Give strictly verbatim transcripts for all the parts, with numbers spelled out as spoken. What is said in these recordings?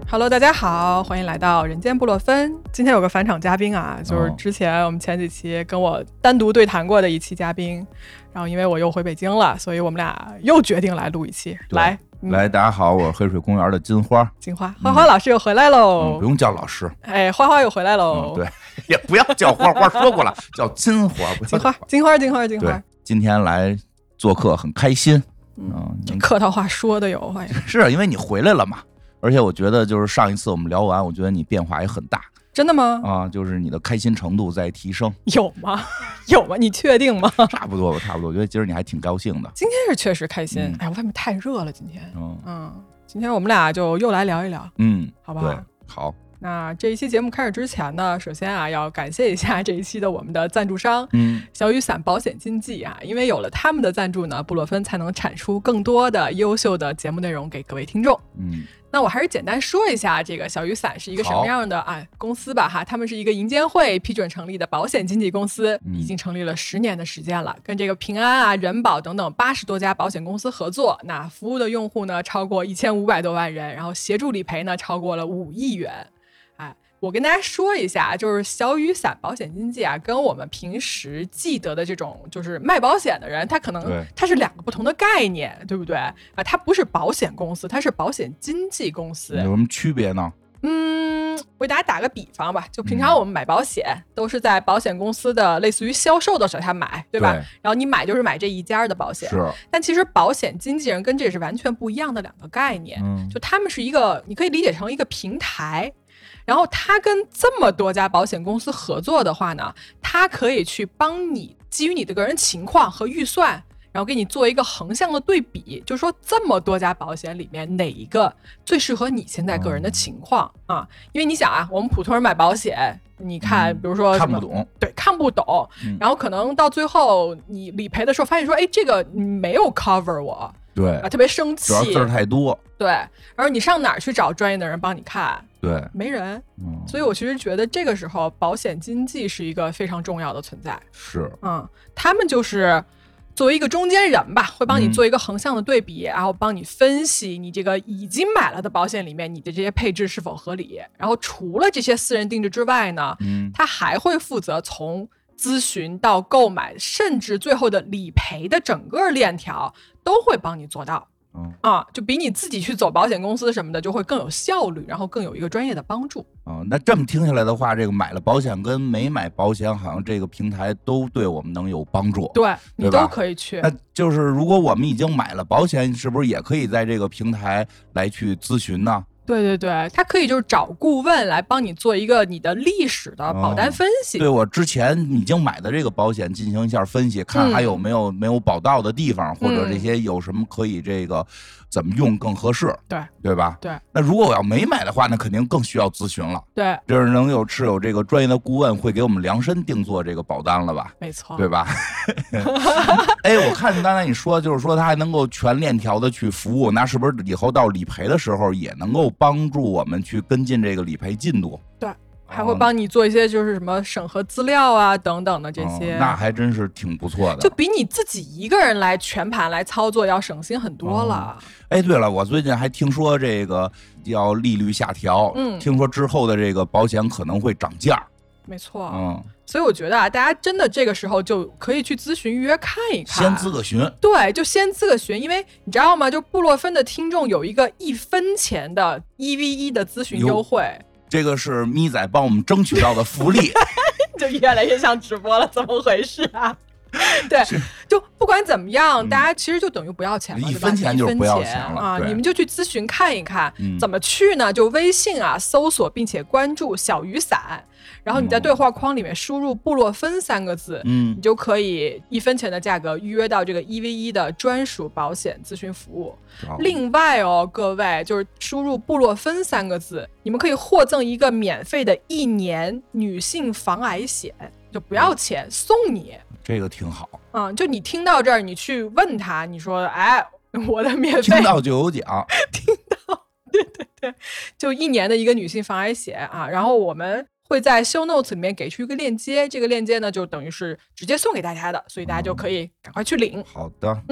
Hello， 大家好，欢迎来到人间布洛芬。今天有个返场嘉宾啊，就是之前我们前几期跟我单独对谈过的一期嘉宾，然后因为我又回北京了，所以我们俩又决定来录一期。来， 嗯、来，大家好，我是黑水公园的金花。 金花，花花老师又回来喽、 嗯嗯，不用叫老师。 哎，花花又回来喽、 嗯。对，也不要叫花花，说过了，叫金花。 金花，金花，金花，金花。 今天来做客很开心。 嗯，这客套话说的有， 是因为你回来了嘛。而且我觉得，就是上一次我们聊完，我觉得你变化也很大。 真的吗？ 啊，就是你的开心程度在提升。 有吗？有吗？你确定吗？ 差不多吧，差不多。我觉得今儿你还挺高兴的。 今天是确实开心。嗯、哎，外面太热了，今天。 嗯嗯，今天我们俩就又来聊一聊。 嗯， 好不好？ 对，好。 那这一期节目开始之前呢，首先啊，要感谢一下这一期的我们的赞助商， 嗯， 小雨伞保险经纪啊，因为有了他们的赞助呢，布洛芬才能产出更多的优秀的节目内容给各位听众。 嗯。 那我还是简单说一下，这个小雨伞是一个什么样的啊公司吧哈，他们是一个银监会批准成立的保险经纪公司， 嗯、 已经成立了十年的时间了，跟这个平安啊、人保等等八十多家保险公司合作，那服务的用户呢超过一千五百多万人，然后协助理赔呢超过了五亿元。哎，我跟大家说一下，就是小雨伞保险经纪啊，跟我们平时记得的这种就是卖保险的人，他可能他是两个不同的概念，对不对啊？他不是保险公司，他是保险经纪公司。 有什么区别呢？ 嗯，我给大家打个比方吧，就平常我们买保险、嗯、都是在保险公司的类似于销售的手下买，对吧？对，然后你买就是买这一家的保险。 是。 但其实保险经纪人跟这是完全不一样的两个概念， 嗯、 就他们是一个，你可以理解成一个平台。然后他跟这么多家保险公司合作的话呢，他可以去帮你基于你的个人情况和预算，然后给你做一个横向的对比，就是说这么多家保险里面哪一个最适合你现在个人的情况、嗯、啊？因为你想啊，我们普通人买保险，你看，比如说、 嗯、看不懂， 对，看不懂、嗯，然后可能到最后你理赔的时候发现说，哎，这个没有 cover 我， 对啊，特别生气， 主要字儿太多， 对，然后你上哪儿去找专业的人帮你看？ 对， 没人、 嗯， 所以我其实觉得这个时候保险经纪是一个非常重要的存在。 是， 嗯，他们就是作为一个中间人吧，会帮你做一个横向的对比、嗯、然后帮你分析你这个已经买了的保险里面你的这些配置是否合理。然后除了这些私人定制之外呢，嗯，他还会负责从咨询到购买，甚至最后的理赔的整个链条都会帮你做到。嗯啊，就比你自己去走保险公司什么的就会更有效率，然后更有一个专业的帮助。 哦，那这么听下来的话，这个买了保险跟没买保险，好像这个平台都对我们能有帮助。 对，你都可以去。 那就是如果我们已经买了保险，是不是也可以在这个平台来去咨询呢？ 对对对，他可以就是找顾问来帮你做一个你的历史的保单分析。 哦、对我之前已经买的这个保险进行一下分析，看还有没有、嗯、没有保到的地方，或者这些有什么可以这个怎么用更合适？ 对对吧？ 对。 那如果我要没买的话，那肯定更需要咨询了。 对， 就是能有是有这个专业的顾问会给我们量身定做这个保单了吧？ 没错， 对吧？哎，我看刚才你说，就是说他还能够全链条的去服务，那是不是以后到理赔的时候也能够帮助我们去跟进这个理赔进度？ 对，还会帮你做一些就是什么审核资料啊等等的这些、 哦、那还真是挺不错的， 就比你自己一个人来全盘来操作要省心很多了、 哦、哎，对了，我最近还听说这个要利率下调，嗯，听说之后的这个保险可能会涨价。 没错， 嗯， 所以我觉得啊，大家真的这个时候就可以去咨询预约看一看， 先咨个询。 对，就先咨个询，因为你知道吗？就布洛芬的听众有一个一分钱的一 v 一的咨询优惠， 这个是咪仔帮我们争取到的福利， 就越来越像直播了，怎么回事啊？对，就不管怎么样、嗯、大家其实就等于不要钱了， 一分钱就是不要钱了啊！你们就去咨询看一看、嗯、怎么去呢？就微信啊搜索并且关注小雨伞，然后你在对话框里面输入布洛芬三个字，嗯，你就可以一分钱的价格预约到这个一 v 一的专属保险咨询服务。另外哦，各位就是输入布洛芬三个字，你们可以获赠一个免费的一年女性防癌险，就不要钱、嗯、送你。 这个挺好， 嗯，就你听到这儿，你去问他，你说，哎，我的免费， 听到就有奖， 听到，对对对，就一年的一个女性防癌险啊，然后我们会在 show notes 里面给出一个链接，这个链接呢就等于是直接送给大家的，所以大家就可以赶快去领。 嗯、好的， 嗯。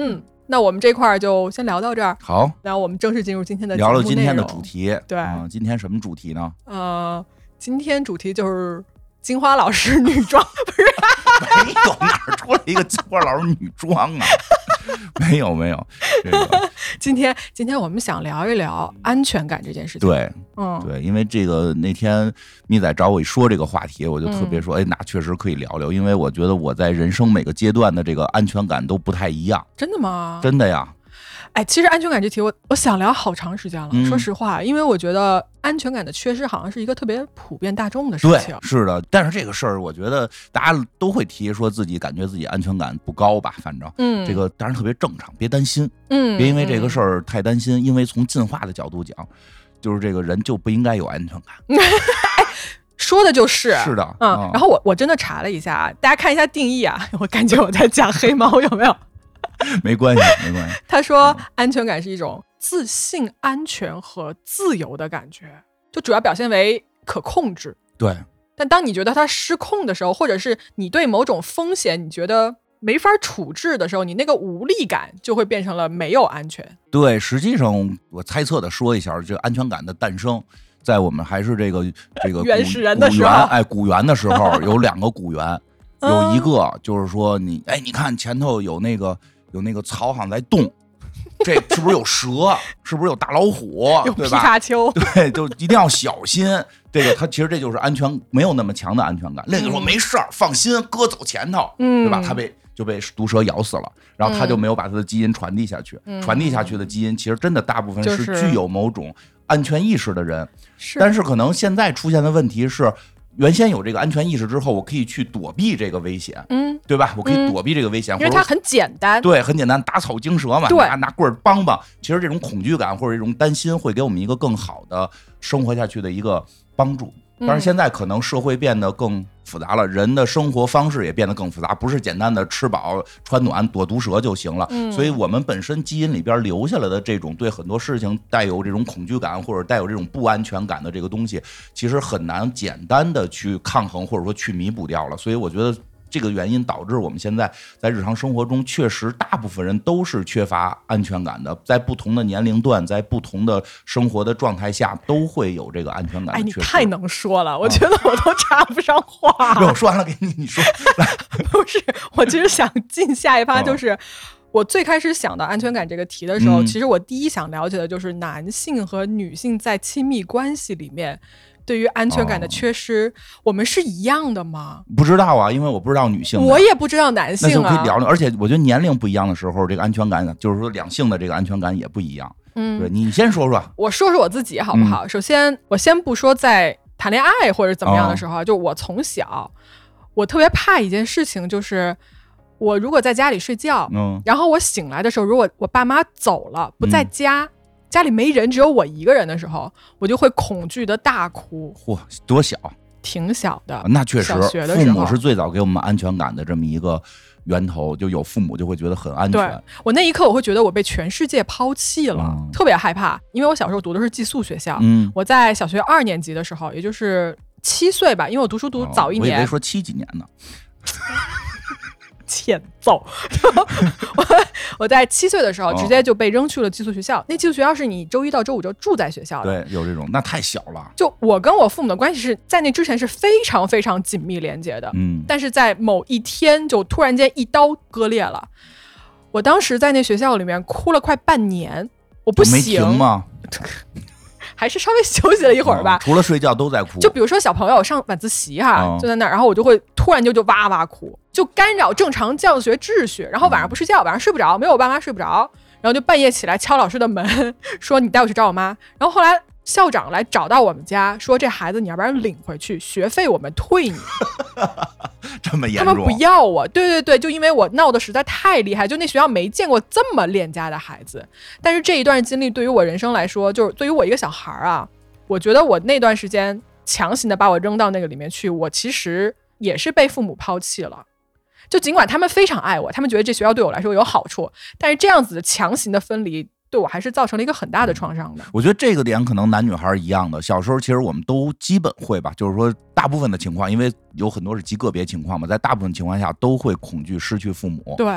那我们这块儿就先聊到这儿。 好， 那我们正式进入今天的节目内容。 聊聊今天的主题。 对、 嗯，今天什么主题呢？ 呃，今天主题就是金花老师女装，不是？ 没有，哪儿出来一个金花老师女装啊？没有没有，这个今天今天我们想聊一聊安全感这件事情。 对， 嗯， 对，因为这个那天咪仔找我一说这个话题，我就特别说， 嗯、 哎，那确实可以聊聊，因为我觉得我在人生每个阶段的这个安全感都不太一样。 真的吗？ 真的呀。 哎，其实安全感这题我我想聊好长时间了、 嗯， 说实话，因为我觉得安全感的缺失好像是一个特别普遍大众的事情。 对，是的。但是这个事儿，我觉得大家都会提，说自己感觉自己安全感不高吧，反正，嗯，这个当然特别正常，别担心， 嗯， 别因为这个事儿太担心，因为从进化的角度讲，就是这个人就不应该有安全感。 说的就是是的， 嗯。嗯然后我我真的查了一下，大家看一下定义啊，我感觉我在讲黑猫，有没有？ 没关系，没关系。 他说，安全感是一种自信、安全和自由的感觉，就主要表现为可控制。 对。 但当你觉得它失控的时候，或者是你对某种风险你觉得没法处置的时候，你那个无力感就会变成了没有安全。 对，实际上我猜测的说一下，这个安全感的诞生，在我们还是这个这个原始人的时候， 哎，古猿的时候有两个古猿，有一个就是说你，哎，你看前头有那个。有那个草好像在动，这是不是有蛇？是不是有大老虎？ 有皮卡丘？ 对，就一定要小心。这个他其实这就是安全没有那么强的安全感。另一个说没事儿，放心，哥走前头， 嗯， 对吧？他被就被毒蛇咬死了，然后他就没有把他的基因传递下去。 嗯、 传递下去的基因，其实真的大部分是具有某种安全意识的人， 是、 但是可能现在出现的问题是。原先有这个安全意识之后，我可以去躲避这个危险， 嗯， 对吧？我可以躲避这个危险， 嗯、因为它很简单， 对，很简单，打草惊蛇嘛， 对， 拿拿棍儿帮帮。其实这种恐惧感或者这种担心，会给我们一个更好的生活下去的一个帮助。但是现在可能社会变得更复杂了，人的生活方式也变得更复杂，不是简单的吃饱穿暖躲毒蛇就行了。 嗯、 所以我们本身基因里边留下来的这种对很多事情带有这种恐惧感或者带有这种不安全感的这个东西，其实很难简单的去抗衡或者说去弥补掉了。所以我觉得这个原因导致我们现在在日常生活中，确实大部分人都是缺乏安全感的，在不同的年龄段，在不同的生活的状态下，都会有这个安全感的缺失。 哎，你太能说了，我觉得我都插不上话。 我说完了给你，你说。 不是，我其实想进下一趴，就是。我最开始想到安全感这个题的时候、嗯、其实我第一想了解的就是男性和女性在亲密关系里面对于安全感的缺失、哦、我们是一样的吗？ 不知道啊，因为我不知道女性， 我也不知道男性啊， 那就可以聊聊。而且我觉得年龄不一样的时候，这个安全感就是说两性的这个安全感也不一样。嗯，对，你先说说。 我说说我自己好不好、嗯、首先我先不说在谈恋爱或者怎么样的时候、哦、就我从小我特别怕一件事情，就是我如果在家里睡觉、嗯、然后我醒来的时候，如果我爸妈走了不在家、嗯、家里没人只有我一个人的时候，我就会恐惧的大哭。 嚯，多小？ 挺小的。 那确实小学的时候父母是最早给我们安全感的这么一个源头，就有父母就会觉得很安全。 对，我那一刻我会觉得我被全世界抛弃了、嗯、特别害怕。因为我小时候读的是寄宿学校、嗯、我在小学二年级的时候，也就是七岁吧，因为我读书读早一年、 哦、我以为说七几年呢。 欠揍我, 我在七岁的时候直接就被扔去了寄宿学校、哦、那寄宿学校是你周一到周五就住在学校的。 对，有这种，那太小了。 就我跟我父母的关系是在那之前是非常非常紧密连接的，嗯，但是在某一天就突然间一刀割裂了。我当时在那学校里面哭了快半年，我不行。 没停吗？ 还是稍微休息了一会儿吧、 哦、除了睡觉都在哭。 就比如说小朋友上晚自习哈、哦、就在那儿，然后我就会突然就就哇哇哭，就干扰正常教学秩序。然后晚上不睡觉，晚上睡不着，没有我爸妈睡不着，然后就半夜起来敲老师的门说你带我去找我妈。然后后来校长来找到我们家说这孩子你要不然领回去，学费我们退你。 这么严重？ 他们不要我。对对对，就因为我闹得实在太厉害，就那学校没见过这么恋家的孩子。但是这一段经历对于我人生来说，就是对于我一个小孩啊，我觉得我那段时间强行的把我扔到那个里面去，我其实也是被父母抛弃了。就尽管他们非常爱我，他们觉得这学校对我来说有好处，但是这样子的强行的分离对我还是造成了一个很大的创伤的。 我觉得这个点可能男女孩一样的，小时候其实我们都基本会吧，就是说大部分的情况，因为有很多是极个别情况嘛，在大部分情况下都会恐惧失去父母。 对，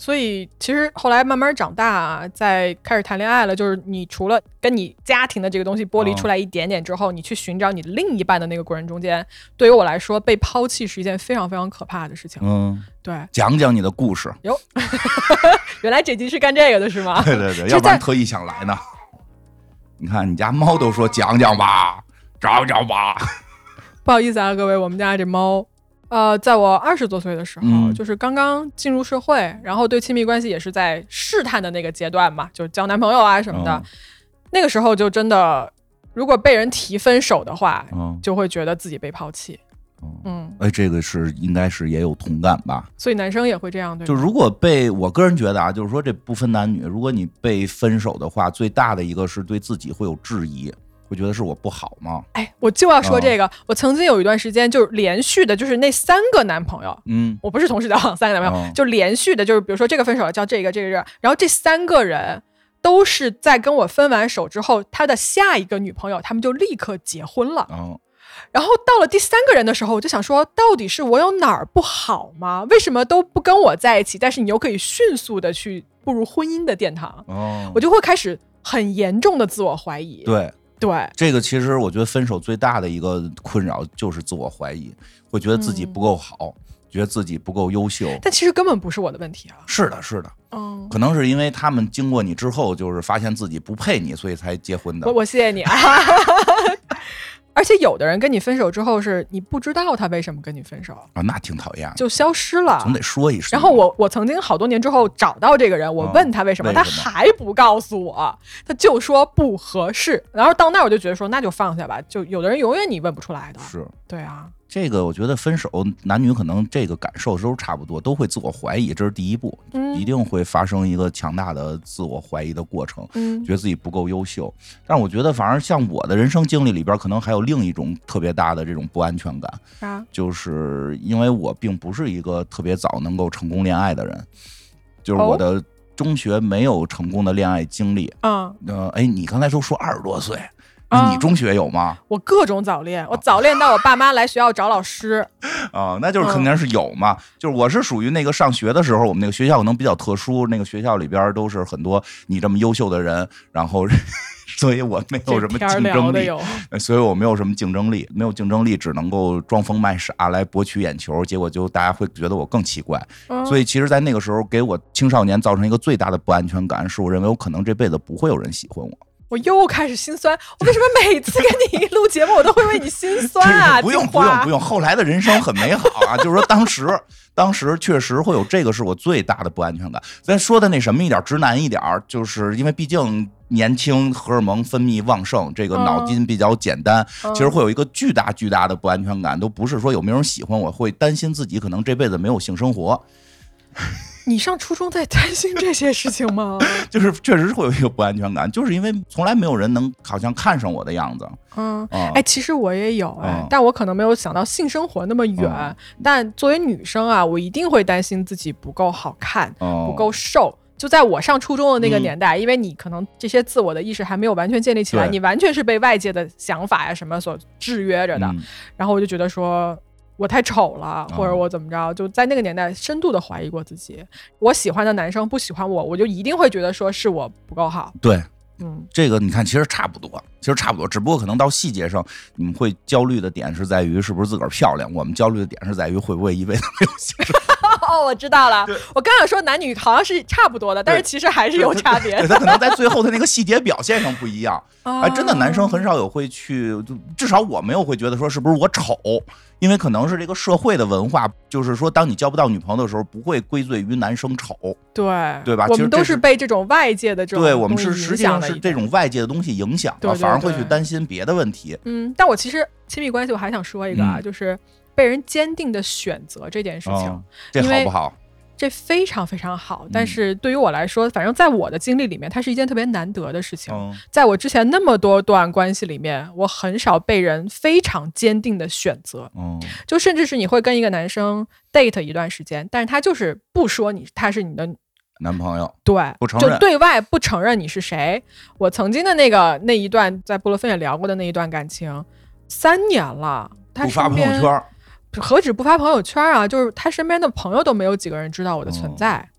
所以其实后来慢慢长大啊，在开始谈恋爱了，就是你除了跟你家庭的这个东西剥离出来一点点之后，哦、你去寻找你另一半的那个过程中间，对于我来说，被抛弃是一件非常非常可怕的事情。 嗯， 对， 讲讲你的故事。 哟，原来这集是干这个的是吗？ 对对对，要不然特意想来呢。你看你家猫都说讲讲吧，讲讲吧。 不好意思啊，各位，我们家这猫。呃，在我二十多岁的时候、嗯，就是刚刚进入社会，然后对亲密关系也是在试探的那个阶段嘛，就交男朋友啊什么的。嗯、那个时候就真的，如果被人提分手的话，嗯、就会觉得自己被抛弃。嗯， 哎，这个是应该是也有同感吧？ 所以男生也会这样，对吧？ 就如果被我个人觉得啊，就是说这不分男女，如果你被分手的话，最大的一个是对自己会有质疑。会觉得是我不好吗？ 哎，我就要说这个、哦，我曾经有一段时间就是连续的，就是那三个男朋友，嗯，我不是同时交往三个男朋友，哦、就连续的，就是比如说这个分手了叫这个这个这个，然后这三个人都是在跟我分完手之后，他的下一个女朋友他们就立刻结婚了。哦，然后到了第三个人的时候，我就想说，到底是我有哪儿不好吗？为什么都不跟我在一起，但是你又可以迅速的去步入婚姻的殿堂？哦，我就会开始很严重的自我怀疑。 对。 对， 这个其实我觉得分手最大的一个困扰就是自我怀疑，会觉得自己不够好、嗯、觉得自己不够优秀， 但其实根本不是我的问题啊。 是的是的，嗯，可能是因为他们经过你之后就是发现自己不配你，所以才结婚的。 我我谢谢你啊。而且有的人跟你分手之后是你不知道他为什么跟你分手啊，那挺讨厌， 就消失了， 总得说一声。 然后我我曾经好多年之后找到这个人，我问他为什么，哦、他还不告诉我，他就说不合适。然后到那我就觉得说那就放下吧，就有的人永远你问不出来的。 是， 对啊。 这个我觉得分手男女可能这个感受都差不多，都会自我怀疑，这是第一步，嗯、一定会发生一个强大的自我怀疑的过程，嗯、觉得自己不够优秀。但是我觉得反而像我的人生经历里边，可能还有另一种特别大的这种不安全感，啊、就是因为我并不是一个特别早能够成功恋爱的人，就是我的中学没有成功的恋爱经历。嗯，呃，哎，你刚才都说二十多岁。你中学有吗？ 我各种早恋，我早恋到我爸妈来学校找老师。 啊、哦，那就是肯定是有嘛。嗯、就是我是属于那个上学的时候，我们那个学校可能比较特殊，那个学校里边都是很多你这么优秀的人，然后所以我没有什么竞争力，所以我没有什么竞争力，没有竞争力，只能够装疯卖傻来博取眼球，结果就大家会觉得我更奇怪。嗯、所以其实，在那个时候给我青少年造成一个最大的不安全感，是我认为我可能这辈子不会有人喜欢我。 我又开始心酸，我为什么每次跟你录节目我都会为你心酸啊？ 不用不用不用，后来的人生很美好啊。就是说当时当时确实会有这个是我最大的不安全感。咱说的那什么一点，直男一点，就是因为毕竟年轻，荷尔蒙分泌旺盛，这个脑筋比较简单，嗯、其实会有一个巨大巨大的不安全感，都不是说有没有人喜欢我，会担心自己可能这辈子没有性生活。 你上初中在担心这些事情吗？ 就是确实会有一个不安全感，就是因为从来没有人能好像看上我的样子。 嗯，哎、嗯，其实我也有哎、嗯，但我可能没有想到性生活那么远。嗯、但作为女生啊，我一定会担心自己不够好看，嗯、不够瘦。就在我上初中的那个年代、嗯，因为你可能这些自我的意识还没有完全建立起来，你完全是被外界的想法呀什么所制约着的。嗯、然后我就觉得说。我太丑了，或者我怎么着，就在那个年代深度的怀疑过自己。我喜欢的男生不喜欢我，我就一定会觉得说是我不够好。 对，嗯，这个你看其实差不多，其实差不多，只不过可能到细节上你们会焦虑的点是在于是不是自个儿漂亮，我们焦虑的点是在于会不会一辈子没有性生活。 哦，我知道了。我刚想说男女好像是差不多的，但是其实还是有差别。 对，他可能在最后他那个细节表现上不一样。哎，真的男生很少有会去，至少我没有会觉得说是不是我丑，因为可能是这个社会的文化，就是说当你交不到女朋友的时候，不会归罪于男生丑。 对， 对吧？ 我们都是被这种外界的这种， 对我们是实际上是这种外界的东西影响了，反而会去担心别的问题。 嗯，但我其实亲密关系我还想说一个啊，嗯、就是被人坚定的选择这件事情，哦、 这好不好？ 这非常非常好，但是对于我来说，反正在我的经历里面，它是一件特别难得的事情。嗯、在我之前那么多段关系里面，我很少被人非常坚定的选择。嗯、就甚至是你会跟一个男生 date 一段时间，但是他就是不说你他是你的男朋友， 对， 不承认， 就对外不承认你是谁。我曾经的那个那一段在布洛芬也聊过的那一段感情，三年了，他不发朋友圈。 何止不发朋友圈啊，就是他身边的朋友都没有几个人知道我的存在，嗯、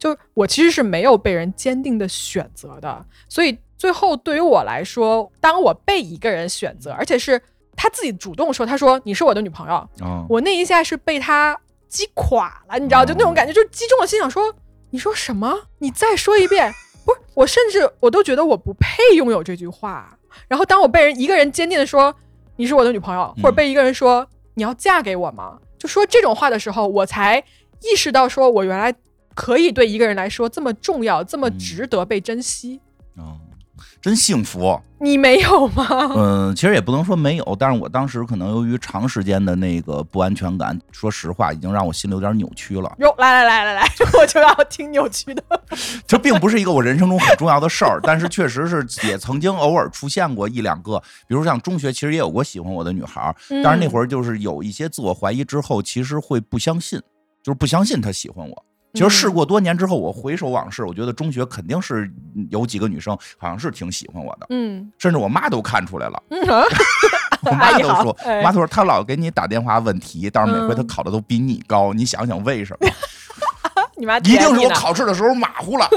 就我其实是没有被人坚定的选择的，所以最后对于我来说，当我被一个人选择，而且是他自己主动说，他说你是我的女朋友， 哦、 我那一下是被他击垮了，你知道，就那种感觉，就击中了心，想说你说什么？你再说一遍。不是，我甚至我都觉得我不配拥有这句话。然后当我被人一个人坚定的说你是我的女朋友，或者被一个人说你要嫁给我吗？就说这种话的时候，我才意识到说我原来可以对一个人来说这么重要，这么值得被珍惜。 哦，真幸福。 你没有吗？ 嗯，其实也不能说没有，但是我当时可能由于长时间的那个不安全感，说实话已经让我心里有点扭曲了。 哟，来来来来来，我就要听扭曲的。 这并不是一个我人生中很重要的事儿，但是确实是也曾经偶尔出现过一两个，比如像中学其实也有过喜欢我的女孩，但是那会儿就是有一些自我怀疑之后，其实会不相信，就是不相信她喜欢我。其实事过多年之后，我回首往事，我觉得中学肯定是有几个女生好像是挺喜欢我的，嗯，甚至我妈都看出来了，嗯、我妈都说， 哎、 妈都说她老给你打电话问题，但是每回她考的都比你高，嗯、你想想为什么？ 你妈一定是我考试的时候马虎了。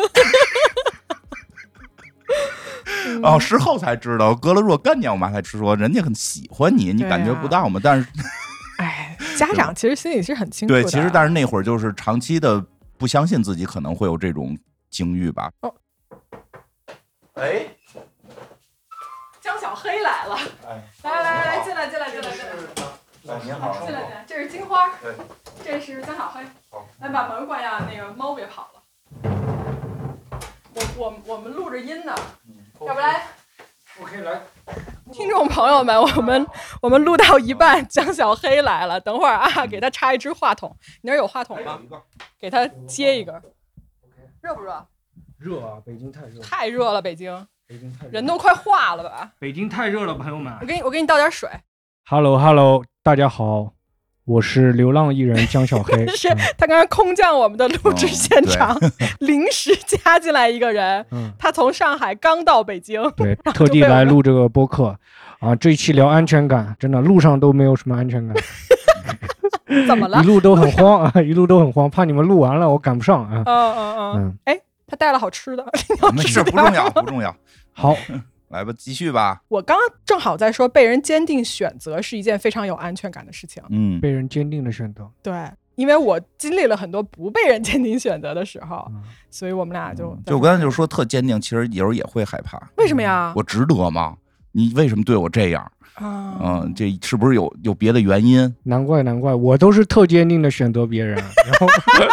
哦，事后才知道，隔了若干年，我妈才说人家很喜欢你，你感觉不到吗？但是， 哎，家长其实心里是很清楚的。 对，其实但是那会儿就是长期的。不相信自己可能会有这种境遇吧？哦，哎， 江小黑来了！哎，来来来来，进来进来进来进来！哎，您好， 进来进来，这是金花， 对， 这是江小黑。好，来把门关呀，那个猫别跑了。我我我们录着音呢，要不然 ？OK， 来。 听众朋友们，我们我们录到一半，江小黑来了，等会儿啊，给他插一支话筒。你那儿有话筒吗？给他接一个。热不热？ 热啊，北京太热。 太热了，北京。 北京太热， 人都快化了吧？ 北京太热了，朋友们。 我给你，我给你倒点水。 Hello Hello， 大家好，我是流浪艺人江小黑。 是他刚刚空降我们的录制现场，哦、临时加进来一个人，嗯、他从上海刚到北京， 对，特地来录这个播客啊。这一期聊安全感，真的路上都没有什么安全感。 怎么了？ 一路都很慌啊，一路都很慌，怕你们录完了我赶不上啊。 嗯嗯嗯。哎，他带了好吃的， 没事，不重要，不重要。 好。 来吧，继续吧。 我刚刚正好在说，被人坚定选择是一件非常有安全感的事情。 嗯，被人坚定的选择。 对，因为我经历了很多不被人坚定选择的时候，嗯、所以我们俩就、 嗯、就我刚才就说特坚定，其实有时候也会害怕。 为什么呀？ 我值得吗？你为什么对我这样？啊，嗯，这是不是有有别的原因？ 难怪难怪，我都是特坚定的选择别人，然后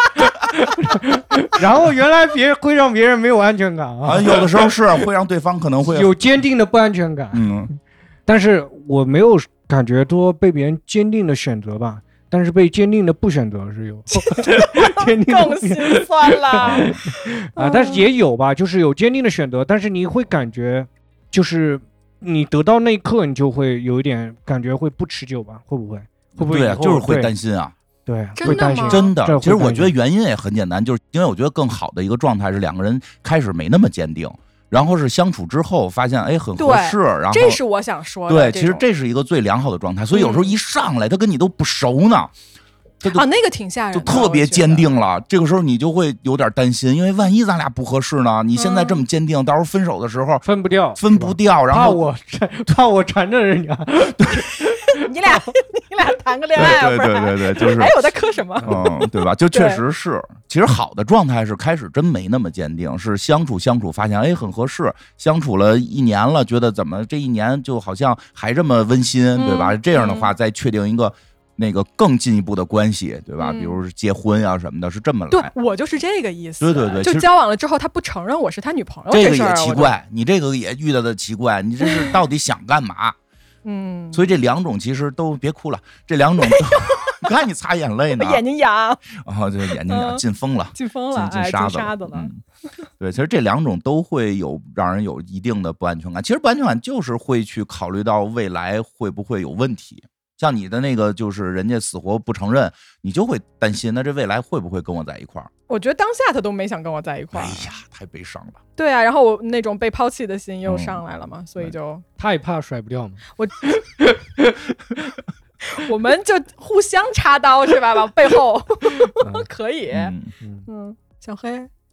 然后原来别会让别人没有安全感啊， 啊有的时候是会让对方可能会有坚定的不安全感，嗯，但是我没有感觉多被别人坚定的选择吧，但是被坚定的不选择是有， 坚定更心酸了啊，但是也有吧，就是有坚定的选择，但是你会感觉就是你得到那一刻，你就会有一点感觉会不持久吧？会不会？会不会？ 对啊，就是会担心啊。 对， 会担心， 真的。其实我觉得原因也很简单，就是因为我觉得更好的一个状态是两个人开始没那么坚定，然后是相处之后发现哎很合适，然后这是我想说的。 对，其实这是一个最良好的状态。所以有时候一上来他跟你都不熟呢。 啊，那个挺吓人的， 就特别坚定了。这个时候你就会有点担心，因为万一咱俩不合适呢？你现在这么坚定，嗯、到时候分手的时候分不掉， 分不掉，然后怕我怕我缠着人家。 你俩你俩谈个恋爱， 对对对对，就是哎，我在磕什么？ 嗯，对吧？就确实是，其实好的状态是开始真没那么坚定，是相处相处发现哎很合适，相处了一年了，觉得怎么这一年就好像还这么温馨，嗯、对吧？这样的话再确定一个。那个更进一步的关系，对吧？嗯、比如结婚呀、啊、什么的，是这么来。 对，我就是这个意思。 对对对， 就交往了之后，他不承认我是他女朋友， 这个也奇怪。你这个也遇到的奇怪，你这是到底想干嘛？嗯。所以这两种其实都别哭了，这两种都，看你擦眼泪呢， 眼睛痒。 啊，就眼睛痒，进风了， 进风了， 进进沙子了。 哎、了嗯，对，其实这两种都会有让人有一定的不安全感。其实不安全感就是会去考虑到未来会不会有问题。像你的那个，就是人家死活不承认，你就会担心，那这未来会不会跟我在一块儿？ 我觉得当下他都没想跟我在一块儿。 哎呀，太悲伤了。 对啊，然后我那种被抛弃的心又上来了嘛，嗯、所以就他也怕甩不掉嘛。 我我们就互相插刀是吧？往背后可以。嗯, 嗯小黑，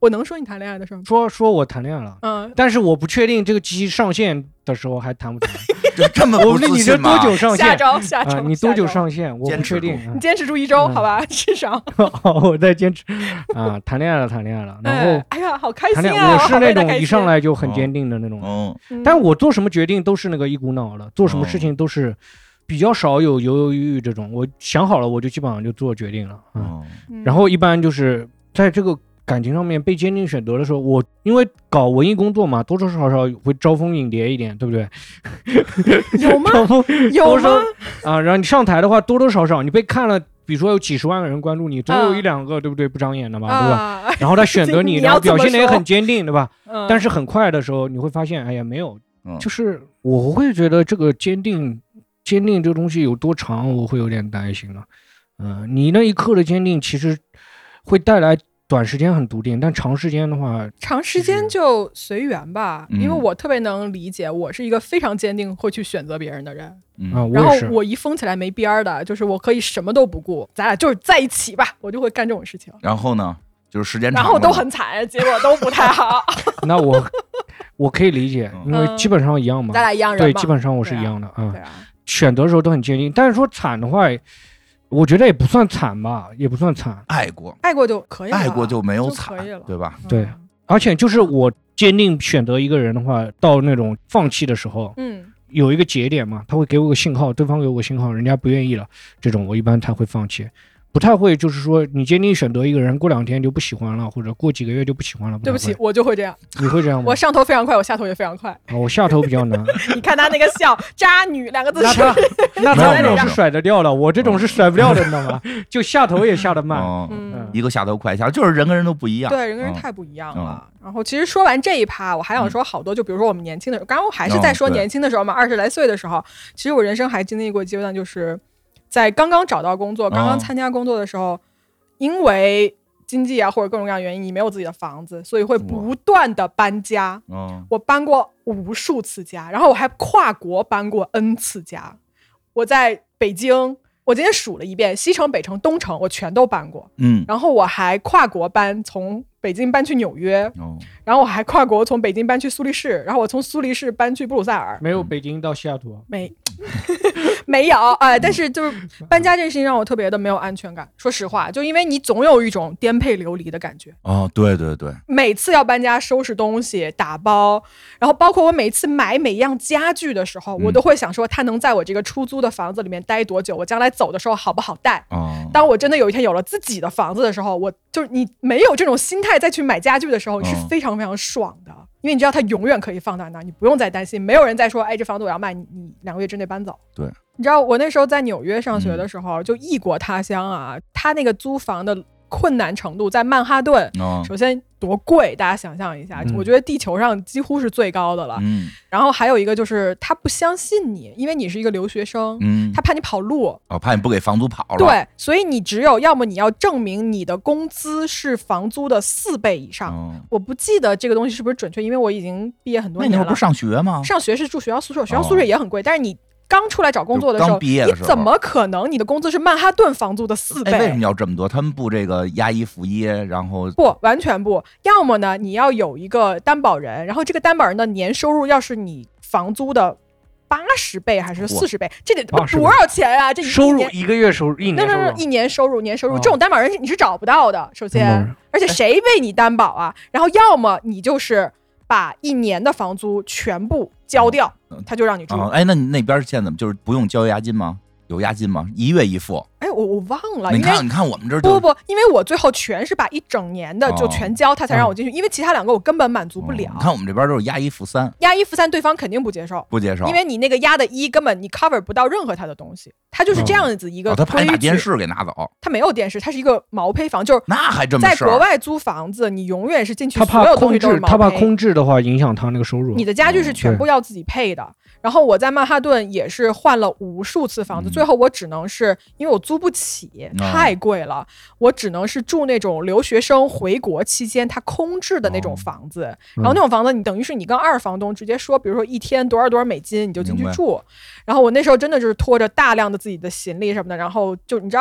我能说你谈恋爱的事吗？ 说说我谈恋爱了， 嗯， 但是我不确定这个机器上线的时候还谈不谈。 这这么不我问你这自信吗多久上线？ 下周下周、 啊，你多久下周？ 上线？我不确定。 你坚持住一周， 嗯好吧，至少。 好，我再坚持。啊，谈恋爱了，谈恋爱了，然后哎，哎呀，好开心谈恋爱， 啊！ 我是那种好一上来就很坚定的那种。 嗯， 嗯但我做什么决定都是那个一股脑的，做什么事情都是比较少有犹犹豫豫这种。我想好了，我就基本上就做决定了。嗯， 嗯然后一般就是在这个感情上面被坚定选择的时候，我因为搞文艺工作嘛，多多少少会招蜂引蝶一点，对不对？ 有吗？ 招蜂有吗？ 啊，然后你上台的话，多多少少你被看了，比如说有几十万个人关注你，总有啊一两个对不对不长眼的嘛，对吧？ 啊， 然后他选择你， 你然后要这么说表现的也很坚定，对吧？ 嗯但是很快的时候，你会发现，哎呀，没有， 嗯就是我会觉得这个坚定，坚定这个东西有多长，我会有点担心了。嗯、你那一刻的坚定其实会带来短时间很笃定，但长时间的话， 长时间就随缘吧， 嗯因为我特别能理解，我是一个非常坚定会去选择别人的人。 嗯啊，我然后也是。 我一疯起来没边儿的，就是我可以什么都不顾，咱俩就是在一起吧，我就会干这种事情。 然后呢，就是时间长然后都了嘛很惨，结果都不太好。 那我我可以理解，因为基本上一样嘛。 咱俩一样人对， 嘛基本上我是一样的啊。 对啊， 选择的时候都很坚定，但是说惨的话，我觉得也不算惨吧，也不算惨。 爱过， 爱过就可以了， 爱过就没有就惨可以了， 对吧？ 对而且就是我坚定选择一个人的话，到那种放弃的时候， 嗯， 有一个节点嘛，他会给我个信号，对方给我个信号，人家不愿意了，这种我一般才会放弃。不太会，就是说你坚定选择一个人，过两天就不喜欢了，或者过几个月就不喜欢了。 对不起， 太会， 我就会这样， 你会这样吗？ 我上头非常快，我下头也非常快。 啊我下头比较难。 你看他那个笑，渣女两个字是那他那没有没有他那种是甩得掉的，我这种是甩不掉的，你知道吗？就下头也下得慢。 嗯， 嗯， 一个下头快下，就是人跟人都不一样。 对，人跟人嗯太不一样了。然后其实说完这一趴，我还想说好多，就比如说我们年轻的时候，刚刚我还是在说哦对年轻的时候嘛，二十来岁的时候，其实我人生还经历过阶段，就是在刚刚找到工作、刚刚参加工作的时候，因为经济啊或者各种各样的原因，你没有自己的房子，所以会不断的搬家。 嗯， 我搬过无数次家，然后我还跨国搬过 N 次家。我在北京，我今天数了一遍，西城、北城、东城，我全都搬过。 嗯， 然后我还跨国搬，从北京搬去纽约， 哦， 然后我还跨国从北京搬去苏黎世，然后我从苏黎世搬去布鲁塞尔。 没有北京到西雅图。 没没有哎、呃，但是就是搬家这个事情让我特别的没有安全感。说实话，就因为你总有一种颠沛流离的感觉。 哦，对对对， 每次要搬家、收拾东西、打包，然后包括我每次买每一样家具的时候， 嗯我都会想说，它能在我这个出租的房子里面待多久？我将来走的时候好不好带？ 哦， 当我真的有一天有了自己的房子的时候，我就是你没有这种心态再去买家具的时候，你是非常非常爽的，因为你知道它永远可以放在那儿，你不用再担心，没有人再说，哎，这房子我要卖，你你两个月之内搬走。 对， 你知道我那时候在纽约上学的时候，就异国他乡啊，他那个租房的困难程度在曼哈顿， 哦， 首先多贵，大家想象一下， 嗯我觉得地球上几乎是最高的了。 嗯然后还有一个就是他不相信你，因为你是一个留学生， 嗯， 他怕你跑路。 哦，怕你不给房租跑了。， 对，所以你只有要么你要证明你的工资是房租的四倍以上。 哦， 我不记得这个东西是不是准确，因为我已经毕业很多年了。 那你那会儿不是上学吗？ 上学是住学校宿舍，学校宿舍也很贵，但是你刚出来找工作的时就候， 刚毕业的时候你怎么可能你的工资是曼哈顿房租的四倍？ 哎，为什么要这么多？他们不这个押一付一，然后不，完全不。要么呢，你要有一个担保人，然后这个担保人的年收入要是你房租的八十倍还是四十倍，这得八十倍多少钱啊？这一收入年一个月收入一那年收入那那一年收入年收入， 哦这种担保人你是找不到的。首先担保人， 而且谁为你担保啊？然后要么你就是把一年的房租全部交掉，他就让你住。 啊，哎，那你那边现在怎么就是不用交押金吗？有押金吗？一月一付。 哎，我我忘了， 你因为看，你看我们这儿就不不不，因为我最后全是把一整年的就全交，他才让我进去，因为其他两个我根本满足不了哦。你看我们这边都是押一付三， 押一付三，对方肯定不接受， 不接受， 因为你那个押的一根本你 cover 不到任何他的东西，他就是这样子一个哦他怕你把规矩。 电视给拿走， 他没有电视，他是一个毛坯房，就是那还这么在事儿国外租房子，你永远是进去他所有东怕空置， 西都是毛他怕坯。 空置的话影响他那个收入。 你的家具是全部要自己配的。然后我在曼哈顿也是换了无数次房子， 嗯最后我只能是因为我租不起，太贵了，我只能是住那种留学生回国期间他空置的那种房子。然后那种房子，你等于是你跟二房东直接说，比如说一天多少多少美金，你就进去住。然后我那时候真的就是拖着大量的自己的行李什么的，然后就你知道。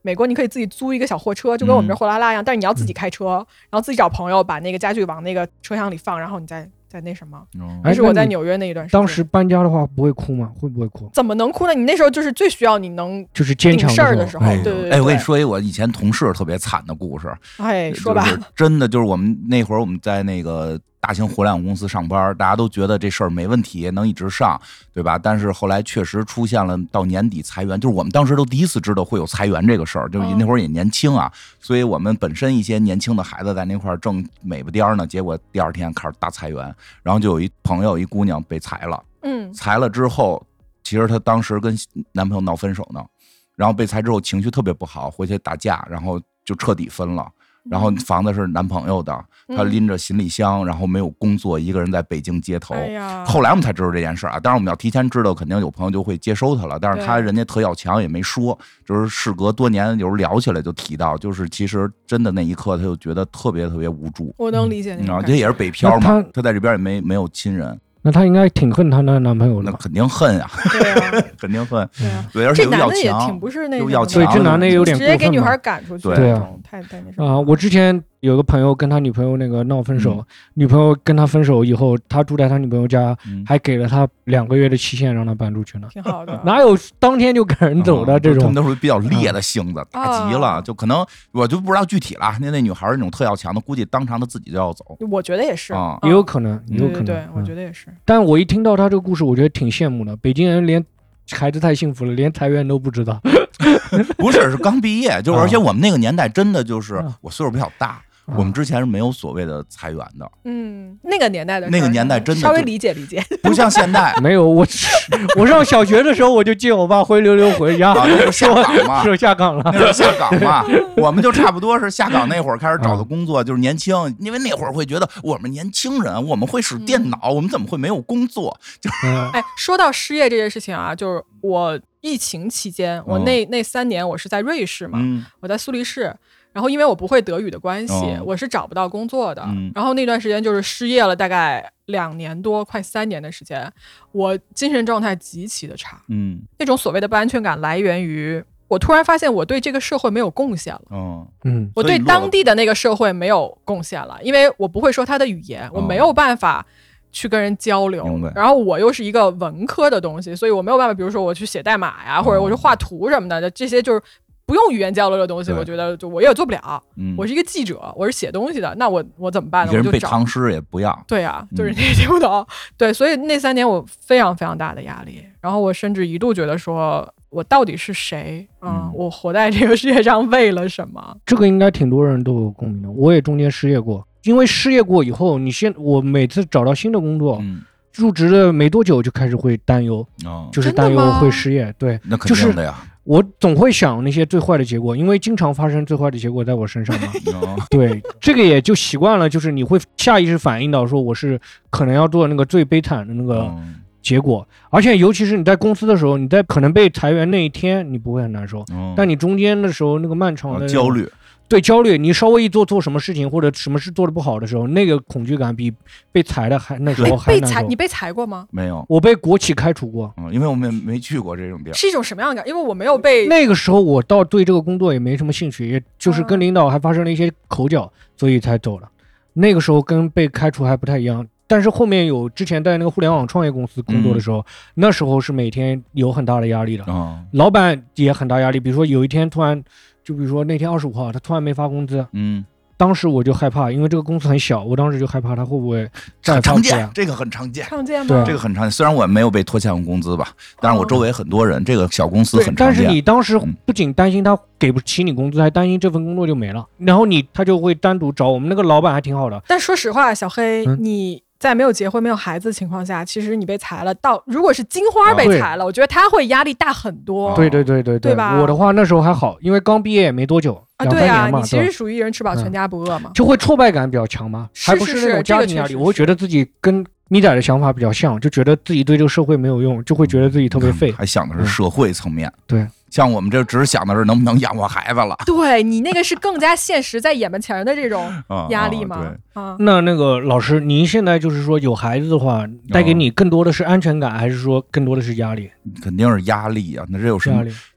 美国你可以自己租一个小货车，就跟我们这货拉拉一样，但是你要自己开车，然后自己找朋友把那个家具往那个车厢里放，然后你再再那什么。这是我在纽约那一段时间。 当时搬家的话不会哭吗？会不会哭？ 怎么能哭呢？你那时候就是最需要你能就是坚强事儿的时候。对对对。 哎，我跟你说一个我以前同事特别惨的故事。 哎，说吧。 就是真的就是我们那会儿我们在那个大型互联网公司上班，大家都觉得这事儿没问题，能一直上，对吧？但是后来确实出现了到年底裁员，就是我们当时都第一次知道会有裁员这个事儿，就是那会儿也年轻啊，所以我们本身一些年轻的孩子在那块儿正美不颠儿呢，结果第二天开始大裁员，然后就有一朋友一姑娘被裁了， 嗯， 裁了之后，其实她当时跟男朋友闹分手呢，然后被裁之后情绪特别不好，回去打架，然后就彻底分了。然后房子是男朋友的，他拎着行李箱，然后没有工作，一个人在北京街头。 哎呀， 后来我们才知道这件事啊，当然我们要提前知道，肯定有朋友就会接收他了。但是他人家特要强也没说，就是事隔多年，有时候聊起来就提到，就是其实真的那一刻他就觉得特别特别无助。 我能理解那种感觉， 这也是北漂嘛，他, 他在这边也没没有亲人。 那她应该挺恨她那男朋友的， 那肯定恨啊， 对啊， 肯定恨。 对啊， 对，而且这男的也挺不是那个要强， 对，这男的有点直接给女孩赶出去， 对啊， 太太那什么啊！我之前有个朋友跟他女朋友那个闹分手，嗯、女朋友跟他分手以后，他住在他女朋友家，嗯、还给了他两个月的期限让他搬出去呢， 挺好的。 哪有当天就赶人走的、嗯、这种？ 他们都是比较烈的性子，打急了、 啊、 就可能我就不知道具体了。那那女孩那种特要强的，估计当场她自己就要走。 我觉得也是， 啊、 也有可能，也有可能。 对, 对, 对，我觉得也是。 但我一听到他这个故事，我觉得挺羡慕的。北京人连孩子太幸福了，连裁员都不知道。 不是，是刚毕业，就是而且我们那个年代真的就是我岁数比较大。我们之前是没有所谓的裁员的， 嗯，那个年代的那个年代真的稍微理解理解， 不像现在。 没有，我我上小学的时候我就接我爸灰溜溜回家， 啊、那是下岗嘛， 是下岗了， 那是下岗嘛。我们就差不多是下岗那会儿开始找的工作，就是年轻，因为那会儿会觉得我们年轻人，我们会使电脑，嗯、我们怎么会没有工作？就是， 哎，说到失业这件事情啊，就是我疫情期间，我那、嗯、那三年我是在瑞士嘛， 嗯、 我在苏黎世。然后因为我不会德语的关系、哦、我是找不到工作的、 嗯、 然后那段时间就是失业了大概两年多快三年的时间，我精神状态极其的差， 嗯， 那种所谓的不安全感来源于我突然发现我对这个社会没有贡献了， 哦， 嗯， 我对当地的那个社会没有贡献了，因为我不会说他的语言、哦、我没有办法去跟人交流，然后我又是一个文科的东西，所以我没有办法比如说我去写代码呀、哦、或者我去画图什么的，这些就是不用语言交流的东西，我觉得就我也做不了、嗯。我是一个记者，我是写东西的，那我我怎么办呢？ 我就背唐诗也不要。 对啊，就是你听不懂、嗯。对，所以那三年我非常非常大的压力，然后我甚至一度觉得说，我到底是谁啊、嗯？我活在这个世界上为了什么？ 这个应该挺多人都有共鸣的。我也中间失业过，因为失业过以后，你现我每次找到新的工作。 嗯， 入职的没多久就开始会担忧、 哦、 就是担忧会失业。对， 那肯定的呀。 就是我总会想那些最坏的结果，因为经常发生最坏的结果在我身上嘛。 哦、 对，这个也就习惯了，就是你会下意识反应到说我是可能要做那个最悲惨的那个结果、嗯，而且尤其是你在公司的时候，你在可能被裁员那一天你不会很难受， 嗯、 但你中间的时候那个漫长的、 哦、焦虑。 对，焦虑，你稍微一做做什么事情或者什么事做得不好的时候，那个恐惧感比被裁的还那时候还难受。 被裁，你被裁过吗？ 没有， 我被国企开除过。 嗯，因为我们没去过这种地儿。 是一种什么样的感觉？因为我没有被。 那个时候我倒对这个工作也没什么兴趣，也就是跟领导还发生了一些口角，所以才走了。那个时候跟被开除还不太一样。但是后面有之前在那个互联网创业公司工作的时候、嗯，那时候是每天有很大的压力的、 哦， 老板也很大压力。比如说有一天突然，就比如说那天二十五号，他突然没发工资， 嗯， 当时我就害怕，因为这个公司很小，我当时就害怕他会不会再发常见，这个很常见， 常见吗？ 对，这个很常见。虽然我没有被拖欠过工资吧，但是我周围很多人，哦、这个小公司很常见。 但是你当时不仅担心他给不起你工资，还担心这份工作就没了，然后你他就会单独找我们那个老板，还挺好的。 但说实话，小黑，嗯、你。在没有结婚没有孩子的情况下，其实你被裁了，到如果是金花被裁了、啊、我觉得他会压力大很多。 对对对对对吧？ 我的话那时候还好，因为刚毕业也没多久啊。 对啊， 你其实属于一人吃饱全家不饿嘛、 嗯，就会挫败感比较强嘛，还不是那种家庭压力。 是是是我会觉得自己跟咪仔的想法比较像，就觉得自己对这个社会没有用，就会觉得自己特别废。 还想的是社会层面， 嗯、对。 像我们这只是想的是能不能养活孩子了。 对，你那个是更加现实，在眼巴前的这种压力嘛。 啊啊啊， 那那个老师，您现在就是说有孩子的话，带给你更多的是安全感，还是说更多的是压力？ 肯定是压力啊！那这有什么？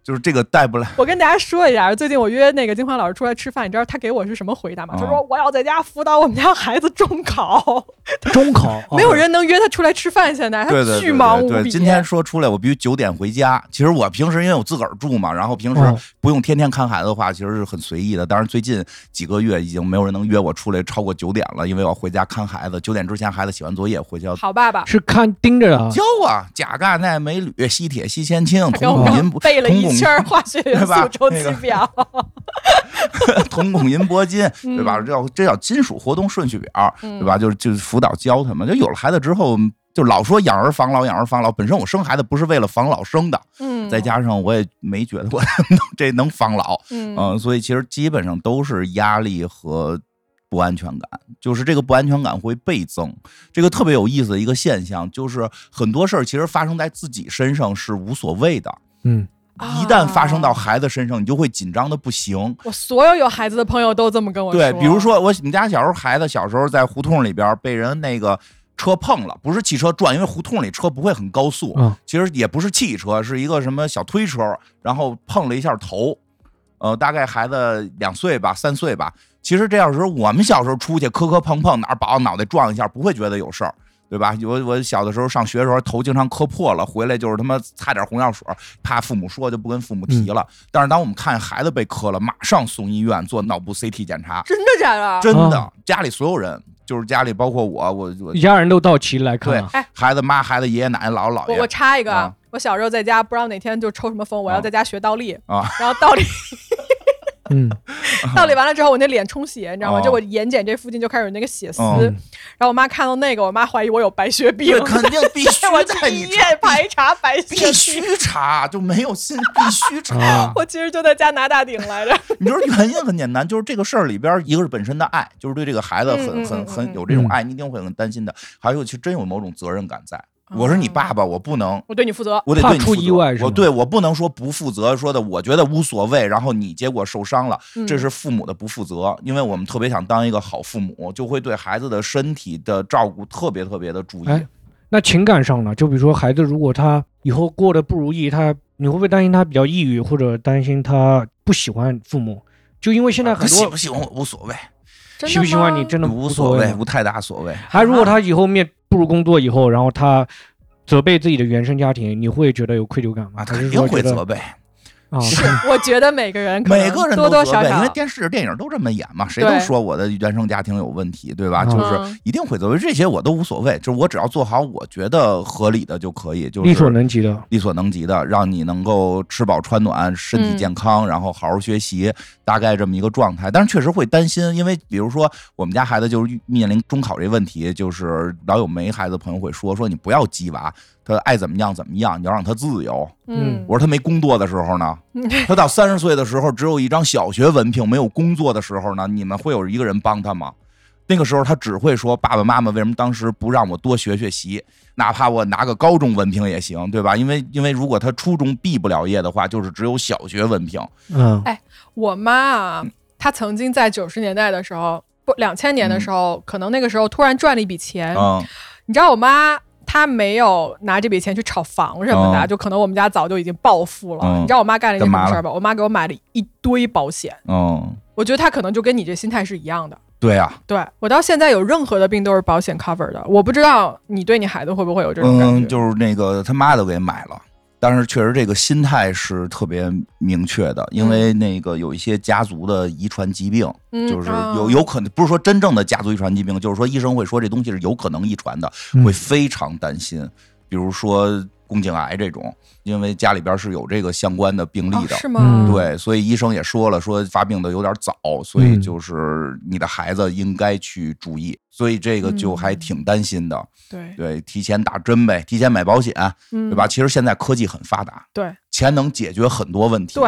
就是这个带不来。 我跟大家说一下，最近我约那个金华老师出来吃饭，你知道他给我是什么回答吗？ 嗯、 他说我要在家辅导我们家孩子中考。 中考没有人能约他出来吃饭，现在他巨忙无比。 对对对对对，今天说出来，我必须九点回家。其实我平时因为我自个儿住嘛，然后平时不用天天看孩子的话，其实是很随意的。当然最近几个月已经没有人能约我出来超过九点了，因为我要回家看孩子。九点之前孩子写完作业回家。 好爸爸是看盯着的。 教啊，钾钙钛镁铝硒铁硒铅氢铜汞银背了一圈化学元素周期表。 铜汞银铂金，对吧？这叫这叫金属活动顺序表，对吧？就是就是辅导教他们。就有了孩子之后，就老说养儿防老，养儿防老。本身我生孩子不是为了防老生的，嗯，再加上我也没觉得我这能防老，嗯、呃，所以其实基本上都是压力和不安全感，就是这个不安全感会倍增。这个特别有意思的一个现象，就是很多事儿其实发生在自己身上是无所谓的，嗯。一旦发生到孩子身上，你就会紧张的不行。 我所有有孩子的朋友都这么跟我说。 对，比如说我们家小时候孩子小时候在胡同里边被人那个车碰了，不是汽车撞，因为胡同里车不会很高速，嗯、其实也不是汽车，是一个什么小推车，然后碰了一下头，呃，大概孩子两岁吧，三岁吧。其实这样时候我们小时候出去磕磕碰碰，哪儿把脑袋撞一下，不会觉得有事儿。对吧？我我小的时候上学的时候头经常磕破了，回来就是他妈擦点红药水，怕父母说就不跟父母提了。嗯、但是当我们看孩子被磕了，马上送医院做脑部 C T 检查。 真的假的？ 真的，哦、家里所有人，就是家里包括我，我我一家人都到齐来看、 啊。对，孩子妈、孩子爷爷奶奶、姥姥姥爷。 我我插一个，啊、我小时候在家不知道哪天就抽什么风，我要在家学倒立啊，然后倒立。嗯，倒立完了之后，我那脸充血，你知道吗？哦、就我眼睑这附近就开始有那个血丝，哦、然后我妈看到那个，我妈怀疑我有白血病， 肯定必须我去医院排查白血病， 必须查，就没有信必须查。 我其实就在家拿大顶来着。 你说原因很简单，就是这个事儿里边，一个是本身的爱，就是对这个孩子很嗯很很有这种爱，你一定会很担心的；还有其实真有某种责任感在。我是你爸爸，我不能， 我对你负责， 我得对你负责。 怕出意外是吗？ 我对我不能说不负责，说的我觉得无所谓，然后你结果受伤了，这是父母的不负责。因为我们特别想当一个好父母，就会对孩子的身体的照顾特别特别的注意。 哎，那情感上呢？就比如说孩子如果他以后过得不如意，他你会不会担心他比较抑郁，或者担心他不喜欢父母？就因为现在很多、 啊、喜不喜欢我无所谓， 喜不喜欢你真的无所谓，无太大所谓。 还如果他以后面步入工作以后，然后他责备自己的原生家庭，你会觉得有愧疚感吗？ 啊，他肯定会责备。 啊， 是，我觉得每个人每个人都多多少少， 因为电视电影都这么演嘛，谁都说我的原生家庭有问题，对吧？ 嗯、 就是一定会责备，这些我都无所谓，就是我只要做好我觉得合理的就可以，就是力所能及的， 力所能及的，让你能够吃饱穿暖，身体健康，嗯、然后好好学习，大概这么一个状态。但是确实会担心，因为比如说我们家孩子就是面临中考这问题，就是老有没孩子的朋友会说说你不要激娃。他爱怎么样怎么样，你要让他自由。嗯，我说他没工作的时候呢，他到三十岁的时候只有一张小学文凭，没有工作的时候呢，你们会有一个人帮他吗？那个时候他只会说爸爸妈妈为什么当时不让我多学学习，哪怕我拿个高中文凭也行，对吧？因为因为如果他初中毕不了业的话，就是只有小学文凭。 嗯， 哎，我妈啊，她曾经在九十年代的时候，不两千年的时候，嗯、可能那个时候突然赚了一笔钱。嗯，你知道我妈。他没有拿这笔钱去炒房什么的，嗯、就可能我们家早就已经暴富了。嗯、你知道我妈干了一件什么事儿吧？我妈给我买了一堆保险。嗯，我觉得她可能就跟你这心态是一样的。 对啊， 对我到现在有任何的病都是保险 cover 的。我不知道你对你孩子会不会有这种感觉？ 嗯，就是那个他妈都给买了。但是确实这个心态是特别明确的，因为那个有一些家族的遗传疾病，嗯、就是有有可能不是说真正的家族遗传疾病，就是说医生会说这东西是有可能遗传的，会非常担心。嗯、比如说宫颈癌这种，因为家里边是有这个相关的病例的， 哦、是吗？ 对，所以医生也说了，说发病的有点早，所以就是你的孩子应该去注意，所以这个就还挺担心的。 嗯、对对，提前打针呗，提前买保险，嗯、对吧？其实现在科技很发达， 对， 钱能解决很多问题。 对。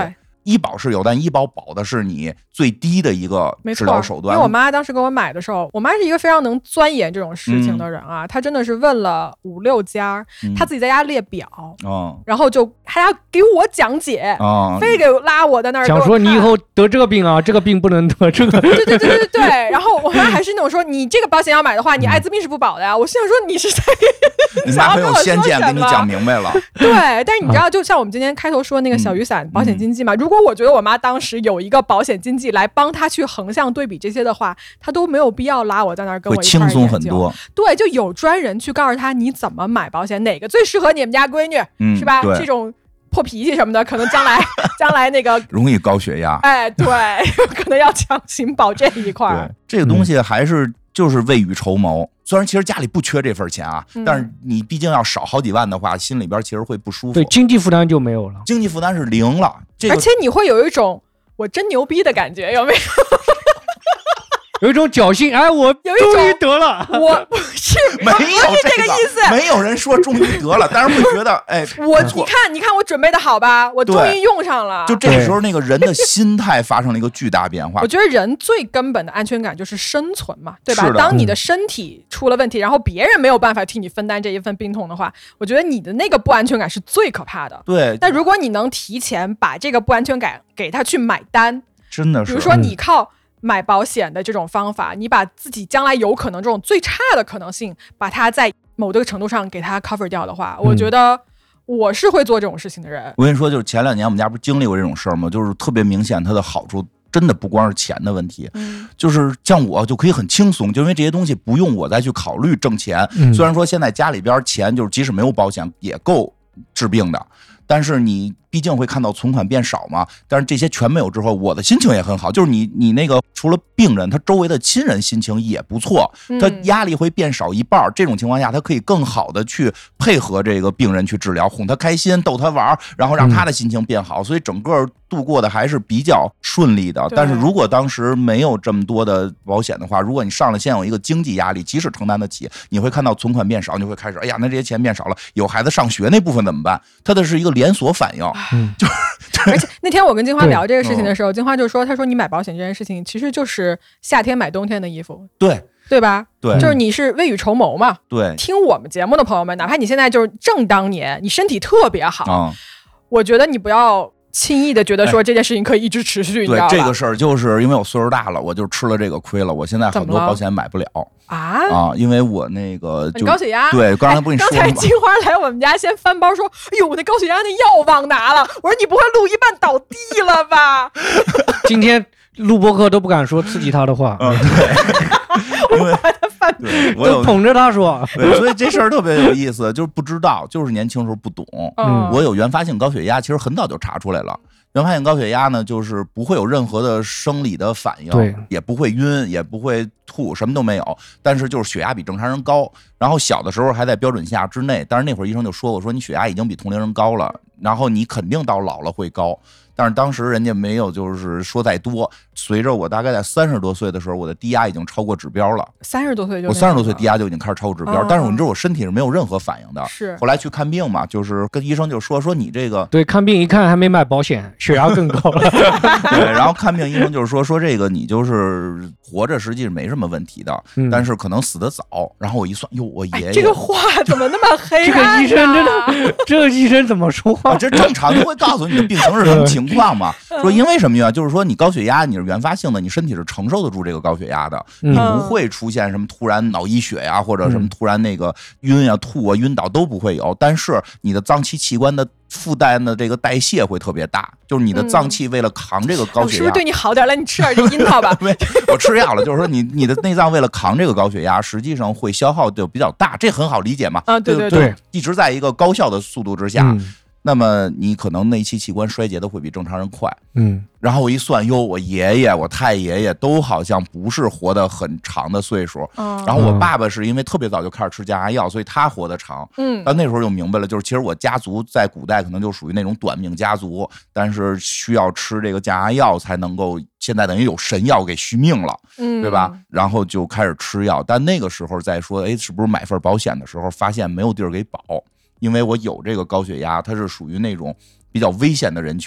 医保是有，但医保保的是你最低的一个治疗手段。 因为我妈当时给我买的时候，我妈是一个非常能钻研这种事情的人啊，嗯、她真的是问了五六家，嗯、她自己在家列表， 嗯、 然后就还要给我讲解， 嗯、 非给拉我在那儿讲说你以后得这个病啊，这个病不能得这个。 对对对对对。然后我妈还是那种说，你这个保险要买的话，你艾滋病是不保的呀。我心想说你是在你妈很有先见，给你讲明白了。 对，但是你知道，就像我们今天开头说那个小雨伞、嗯、保险经纪嘛，如果我觉得我妈当时有一个保险经纪来帮她去横向对比这些的话，她都没有必要拉我在那儿跟我一块儿研究， 会轻松很多。 对，就有专人去告诉她你怎么买保险，哪个最适合你们家闺女，嗯、是吧？这种破脾气什么的，可能将来将来那个容易高血压。 哎，对，可能要强行保这一块。 对，这个东西还是就是未雨绸缪。虽然其实家里不缺这份钱啊，嗯、但是你毕竟要少好几万的话，心里边其实会不舒服。 对，经济负担就没有了， 经济负担是零了。这个、 而且你会有一种我真牛逼的感觉，有没有？ 有一种侥幸，哎，我终于得了， 我不是没有这个意思， 没有人说终于得了，但是会觉得，哎， 我你看，你看我准备的好吧，我终于用上了。 就这个时候，那个人的心态发生了一个巨大变化。 我觉得人最根本的安全感就是生存嘛，对吧？当你的身体出了问题，然后别人没有办法替你分担这一份病痛的话，我觉得你的那个不安全感是最可怕的。 对， 但如果你能提前把这个不安全感给他去买单， 真的是， 比如说你靠买保险的这种方法，你把自己将来有可能这种最差的可能性，把它在某个程度上给它 cover 掉的话，我觉得我是会做这种事情的人。 我跟你说，就是前两年我们家不是经历过这种事儿吗？就是特别明显，它的好处真的不光是钱的问题，嗯、就是像我就可以很轻松，就因为这些东西不用我再去考虑挣钱。嗯、虽然说现在家里边钱就是即使没有保险也够治病的，但是你毕竟会看到存款变少嘛，但是这些全没有之后，我的心情也很好，就是你你那个除了病人，他周围的亲人心情也不错，他压力会变少一半，这种情况下他可以更好的去配合这个病人去治疗，哄他开心，逗他玩，然后让他的心情变好，所以整个度过的还是比较顺利的。但是如果当时没有这么多的保险的话，如果你上来先有一个经济压力，即使承担得起，你会看到存款变少，你会开始哎呀，那这些钱变少了，有孩子上学那部分怎么办？它的是一个连锁反应。嗯，就而且那天我跟金花聊这个事情的时候，金花就说，她说你买保险这件事情其实就是夏天买冬天的衣服， 对对吧？ 对， 就是你是未雨绸缪嘛。 对， 听我们节目的朋友们，哪怕你现在就是正当年，你身体特别好， 嗯、 我觉得你不要轻易的觉得说这件事情可以一直持续，你知道吧？ 对，这个事儿就是因为我岁数大了，我就吃了这个亏了，我现在很多保险买不了啊啊，因为我那个就你高血压。 对，刚才不跟你说了吗？刚才金花来我们家先翻包说，哎呦，我那高血压那药忘拿了。我说你不会录一半倒地了吧？ 今天录播客都不敢说刺激他的话， 嗯，对，因为对我有捧着他说， 对，所以这事儿特别有意思，就是不知道，就是年轻时候不懂。 嗯， 我有原发性高血压，其实很早就查出来了。原发性高血压呢，就是不会有任何的生理的反应， 对， 也不会晕，也不会吐，什么都没有。但是就是血压比正常人高，然后小的时候还在标准下之内。但是那会儿医生就说我说你血压已经比同龄人高了，然后你肯定到老了会高。但是当时人家没有就是说再多。随着我大概在三十多岁的时候，我的低压已经超过指标了。 三十多岁就我三十多岁低压就已经开始超过指标， 嗯、 但是你知道我身体是没有任何反应的。 是后来去看病嘛，就是跟医生就说说你这个对看病一看还没买保险，血压更高了。 对，然后看病医生就是说说这个你就是活着实际是没什么问题的，嗯、但是可能死得早。然后我一算，哟，我爷爷、 哎、这个话怎么那么黑暗、 啊？这个医生真的，这个医生怎么说话？ 啊、这正常，他会告诉你的病情是什么情况嘛？说因为什么呀？就是说你高血压你是原发性的，你身体是承受得住这个高血压的， 嗯、 你不会出现什么突然脑溢血呀，或者什么突然那个晕啊、吐啊、晕倒都不会有。但是你的脏器器官的负担的这个代谢会特别大，就是你的脏器为了扛这个高血压， 嗯、是不是对你好点？来，你吃点这樱桃吧。 我吃药了，就是说你你的内脏为了扛这个高血压，实际上会消耗就比较大，这很好理解嘛。 啊，对对对， 一直在一个高效的速度之下。 嗯那么你可能内器器官衰竭的会比正常人快， 嗯， 然后我一算，哟，我爷爷、我太爷爷都好像不是活得很长的岁数， 嗯， 然后我爸爸是因为特别早就开始吃降压药，所以他活得长， 嗯， 但那时候就明白了，就是其实我家族在古代可能就属于那种短命家族，但是需要吃这个降压药才能够，现在等于有神药给续命了， 嗯， 对吧？然后就开始吃药，但那个时候再说，哎，是不是买份保险的时候发现没有地儿给保？因为我有这个高血压，它是属于那种比较危险的人群。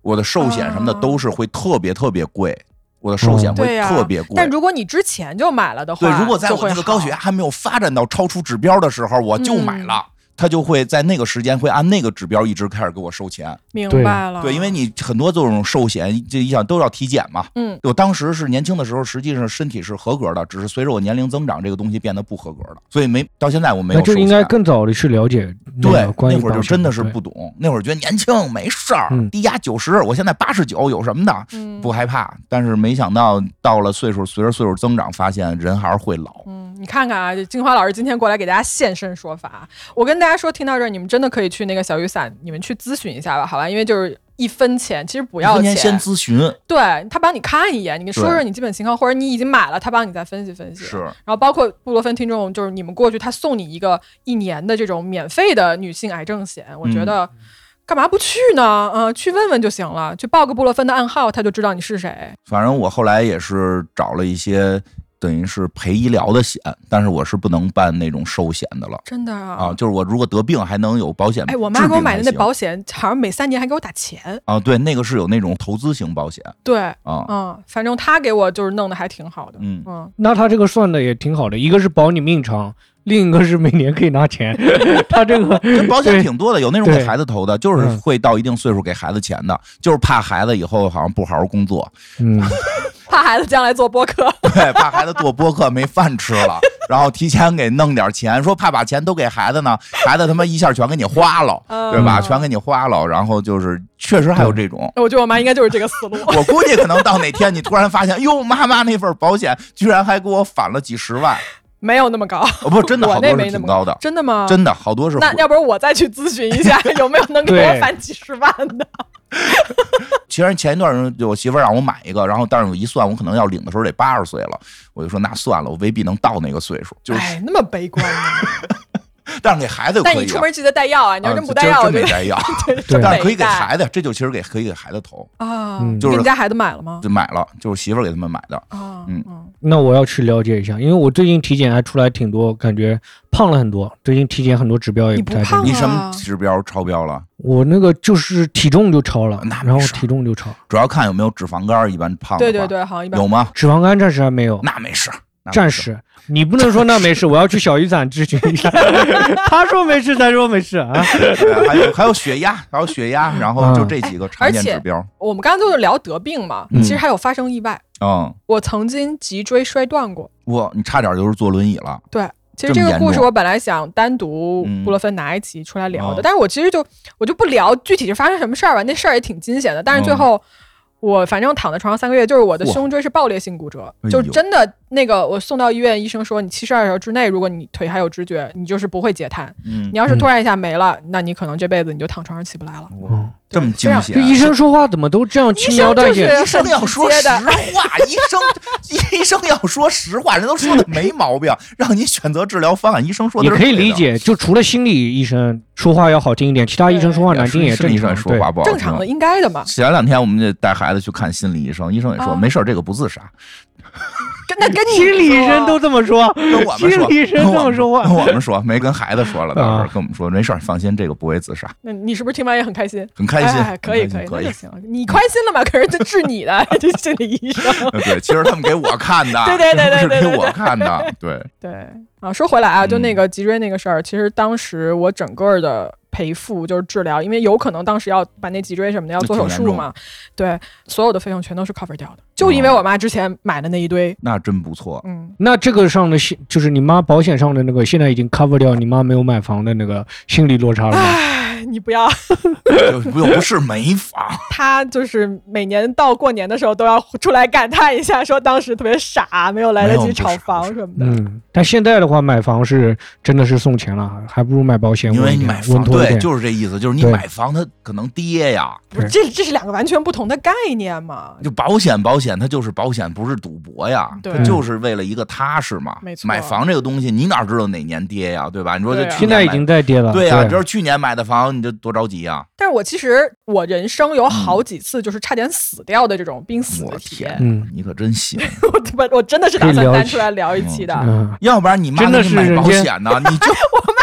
我的寿险什么的都是会特别特别贵。我的寿险会特别贵、 嗯啊，但如果你之前就买了的话， 对，如果在我那个高血压还没有发展到超出指标的时候，我就买了。嗯，他就会在那个时间会按那个指标一直开始给我收钱。 明白了。 对，因为你很多这种寿险，这一想都要体检嘛。 嗯， 我当时是年轻的时候，实际上身体是合格的，只是随着我年龄增长，这个东西变得不合格了，所以没到现在我没有收钱。 那就应该更早的去了解。 对，那会儿就真的是不懂，那会儿觉得年轻没事儿， 嗯、 低压九十，我现在八十九，有什么的、嗯？不害怕。但是没想到到了岁数，随着岁数增长，发现人还是会老。 嗯，你看看啊，金花老师今天过来给大家现身说法。我跟大家说，听到这儿，你们真的可以去那个小雨伞，你们去咨询一下吧，好吧？因为就是一分钱，其实不要钱， 先咨询， 对他帮你看一眼，你说说你基本情况，或者你已经买了，他帮你再分析分析。 是， 然后包括布洛芬听众，就是你们过去，他送你一个一年的这种免费的女性癌症险，我觉得。嗯，干嘛不去呢？嗯、呃，去问问就行了，去报个布洛芬的暗号，他就知道你是谁。 反正我后来也是找了一些等于是赔医疗的险，但是我是不能办那种寿险的了。 真的啊？ 啊，就是我如果得病还能有保险。 哎，我妈给我买的那保险，好像每三年还给我打钱。 啊，对，那个是有那种投资型保险。 对， 啊， 嗯，反正他给我就是弄得还挺好的。 嗯嗯， 那他这个算的也挺好的，一个是保你命长。另一个是每年可以拿钱，他这个保险挺多的，有那种给孩子投的，就是会到一定岁数给孩子钱的，就是怕孩子以后好像不好好工作， 嗯， 怕孩子将来做播客， 对，怕孩子做播客没饭吃了，然后提前给弄点钱，说怕把钱都给孩子呢，孩子他妈一下全给你花了， 嗯、 对吧？全给你花了，然后就是确实还有这种， 我觉得我妈应该就是这个思路。 我估计可能到哪天你突然发现，哟，妈妈那份保险居然还给我返了几十万。 没有那么高， 哦不，真的好多是挺高的， 真的吗？ 真的好多是。 那要不然我再去咨询一下，有没有能给我返几十万的？ 其实前一段时间我媳妇让我买一个，然后但是我一算，我可能要领的时候得八十岁了，我就说那算了，我未必能到那个岁数。就是、 哎，那么悲观呢？ 但是给孩子可以、啊， 但你出门记得带药啊！你要真不带药， 真没带药。 对， 但是可以给孩子，这就其实给可以给孩子投啊。 就是你们家孩子买了吗？ 就买了，就是媳妇给他们买的啊。 嗯， 那我要去了解一下，因为我最近体检还出来挺多，感觉胖了很多。最近体检很多指标也不太正。 你你什么指标超标了？ 我那个就是体重就超了， 那然后体重就超。 主要看有没有脂肪肝，一般胖。 对对对，好像一般有吗？ 脂肪肝暂时还没有。 那没事。 暂时，你不能说那没事，我要去小雨伞咨询一下。他说没事，咱说没事啊。 还有还有血压，还有血压，然后就这几个常见指标。 嗯、我们刚刚就是聊得病嘛， 嗯、 其实还有发生意外。 嗯， 我曾经脊椎摔断过。 哇，你差点就是坐轮椅了。 对。其实这个故事我本来想单独布洛芬拿一期出来聊的， 嗯、 但是我其实就我就不聊具体是发生什么事儿吧，那事儿也挺惊险的，但是最后。嗯我反正躺在床上三个月，就是我的胸椎是爆裂性骨折，就真的那个我送到医院，医生说你七十二小时之内，如果你腿还有知觉，你就是不会截瘫。嗯，你要是突然一下没了，那你可能这辈子你就躺床上起不来了。 哇，这么惊险！ 这医生说话怎么都这样轻描淡写？ 医生要说实话，医生医生要说实话，人都说的没毛病，让你选择治疗方案，医生说的也可以理解。就除了心理医生说话要好听一点，其他医生说话难听也正常。 说话不好听， 正常的应该的嘛。 前两天我们就带孩子去看心理医生，医生也说、啊、没事，这个不自杀。 那跟你心理医生都这么说， 跟我们说， 心理医生这么说话， 跟我们说，没跟孩子说了，当时跟我们说，没事，放心，这个不会自杀。 那你是不是听完也很开心？ 很开心， 哎、可以可以， 可以那就行了。你开心了吗？可是这治你的，这心理医生。 对，其实他们给我看的， 对对对对对， 是给我看的，对对啊。说回来啊，就那个脊椎那个事儿、嗯，其实当时我整个的。赔付就是治疗，因为有可能当时要把那脊椎什么的要做手术嘛，对，所有的费用全都是 cover 掉的，就因为我妈之前买的那一堆， 哦、那真不错。 嗯， 那这个上的就是你妈保险上的那个，现在已经 cover 掉你妈没有买房的那个心理落差了吗？ 唉，你不要， 不不是没房， 她就是每年到过年的时候都要出来感叹一下，说当时特别傻，没有来得及炒房什么的。 嗯，但现在的话买房是真的是送钱了，还不如买保险， 因为你买房对。对，就是这意思，就是你买房它可能跌呀， 不是这这是两个完全不同的概念嘛？ 就保险，保险它就是保险，不是赌博呀，它就是为了一个踏实嘛。 没错， 买房这个东西，你哪知道哪年跌呀，对吧？你说这现在已经在跌了， 对呀，这是去年买的房，你这多着急呀。 但是我其实我人生有好几次就是差点死掉的这种濒死的体验， 嗯， 你可真行。 我我真的是打算单出来聊一期的， 嗯、 要不然你妈真的是买保险呢，你就我妈。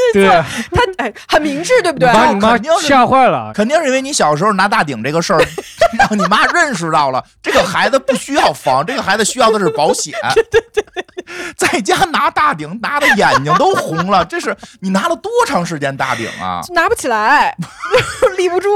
对对， 他哎很明智，对不对？ 把你妈肯定是吓坏了。 肯定是因为你小时候拿大顶这个事儿，让你妈认识到了这个孩子不需要防，这个孩子需要的是保险。对对对，在家拿大顶拿的眼睛都红了，这是你拿了多长时间大顶啊？ 拿不起来，立不住。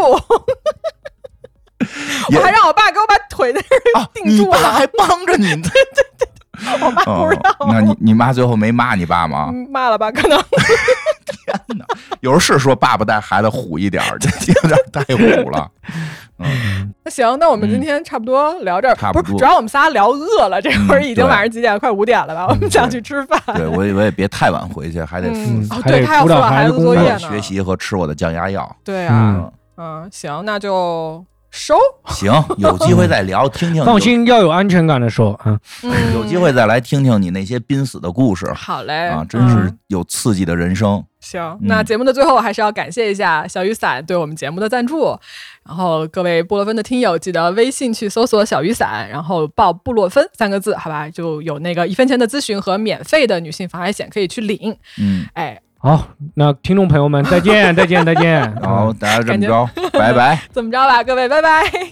我还让我爸给我把腿在这儿定住了， 啊、你爸还帮着你。对对对，我妈不知道。 哦、那你你妈最后没骂你爸吗？ 骂了吧，可能。 天哪，有时候是说爸爸带孩子虎一点，这有点太虎了。嗯， 那行，那我们今天差不多聊这儿。 差不多， 不是，主要我们仨聊饿了，这会儿已经晚上几点？快五点了吧？我们想去吃饭。 对，我也我也别太晚回去，还得嗯哦，对他要辅导孩子作业呢， 学习和吃我的降压药。 对啊，嗯，行，那就。收行，有机会再聊，听听。 放心，要有安全感的收啊。 嗯， 有机会再来听听你那些濒死的故事。 好嘞， 啊，真是有刺激的人生。 嗯、行，那节目的最后还是要感谢一下小雨伞对我们节目的赞助。然后各位布洛芬的听友，记得微信去搜索小雨伞，然后报布洛芬三个字，好吧，就有那个一分钱的咨询和免费的女性防癌险可以去领。 嗯， 哎。 好，那听众朋友们，再见，再见，再见。 好，大家这么着，拜拜。 怎么着吧，各位，拜拜。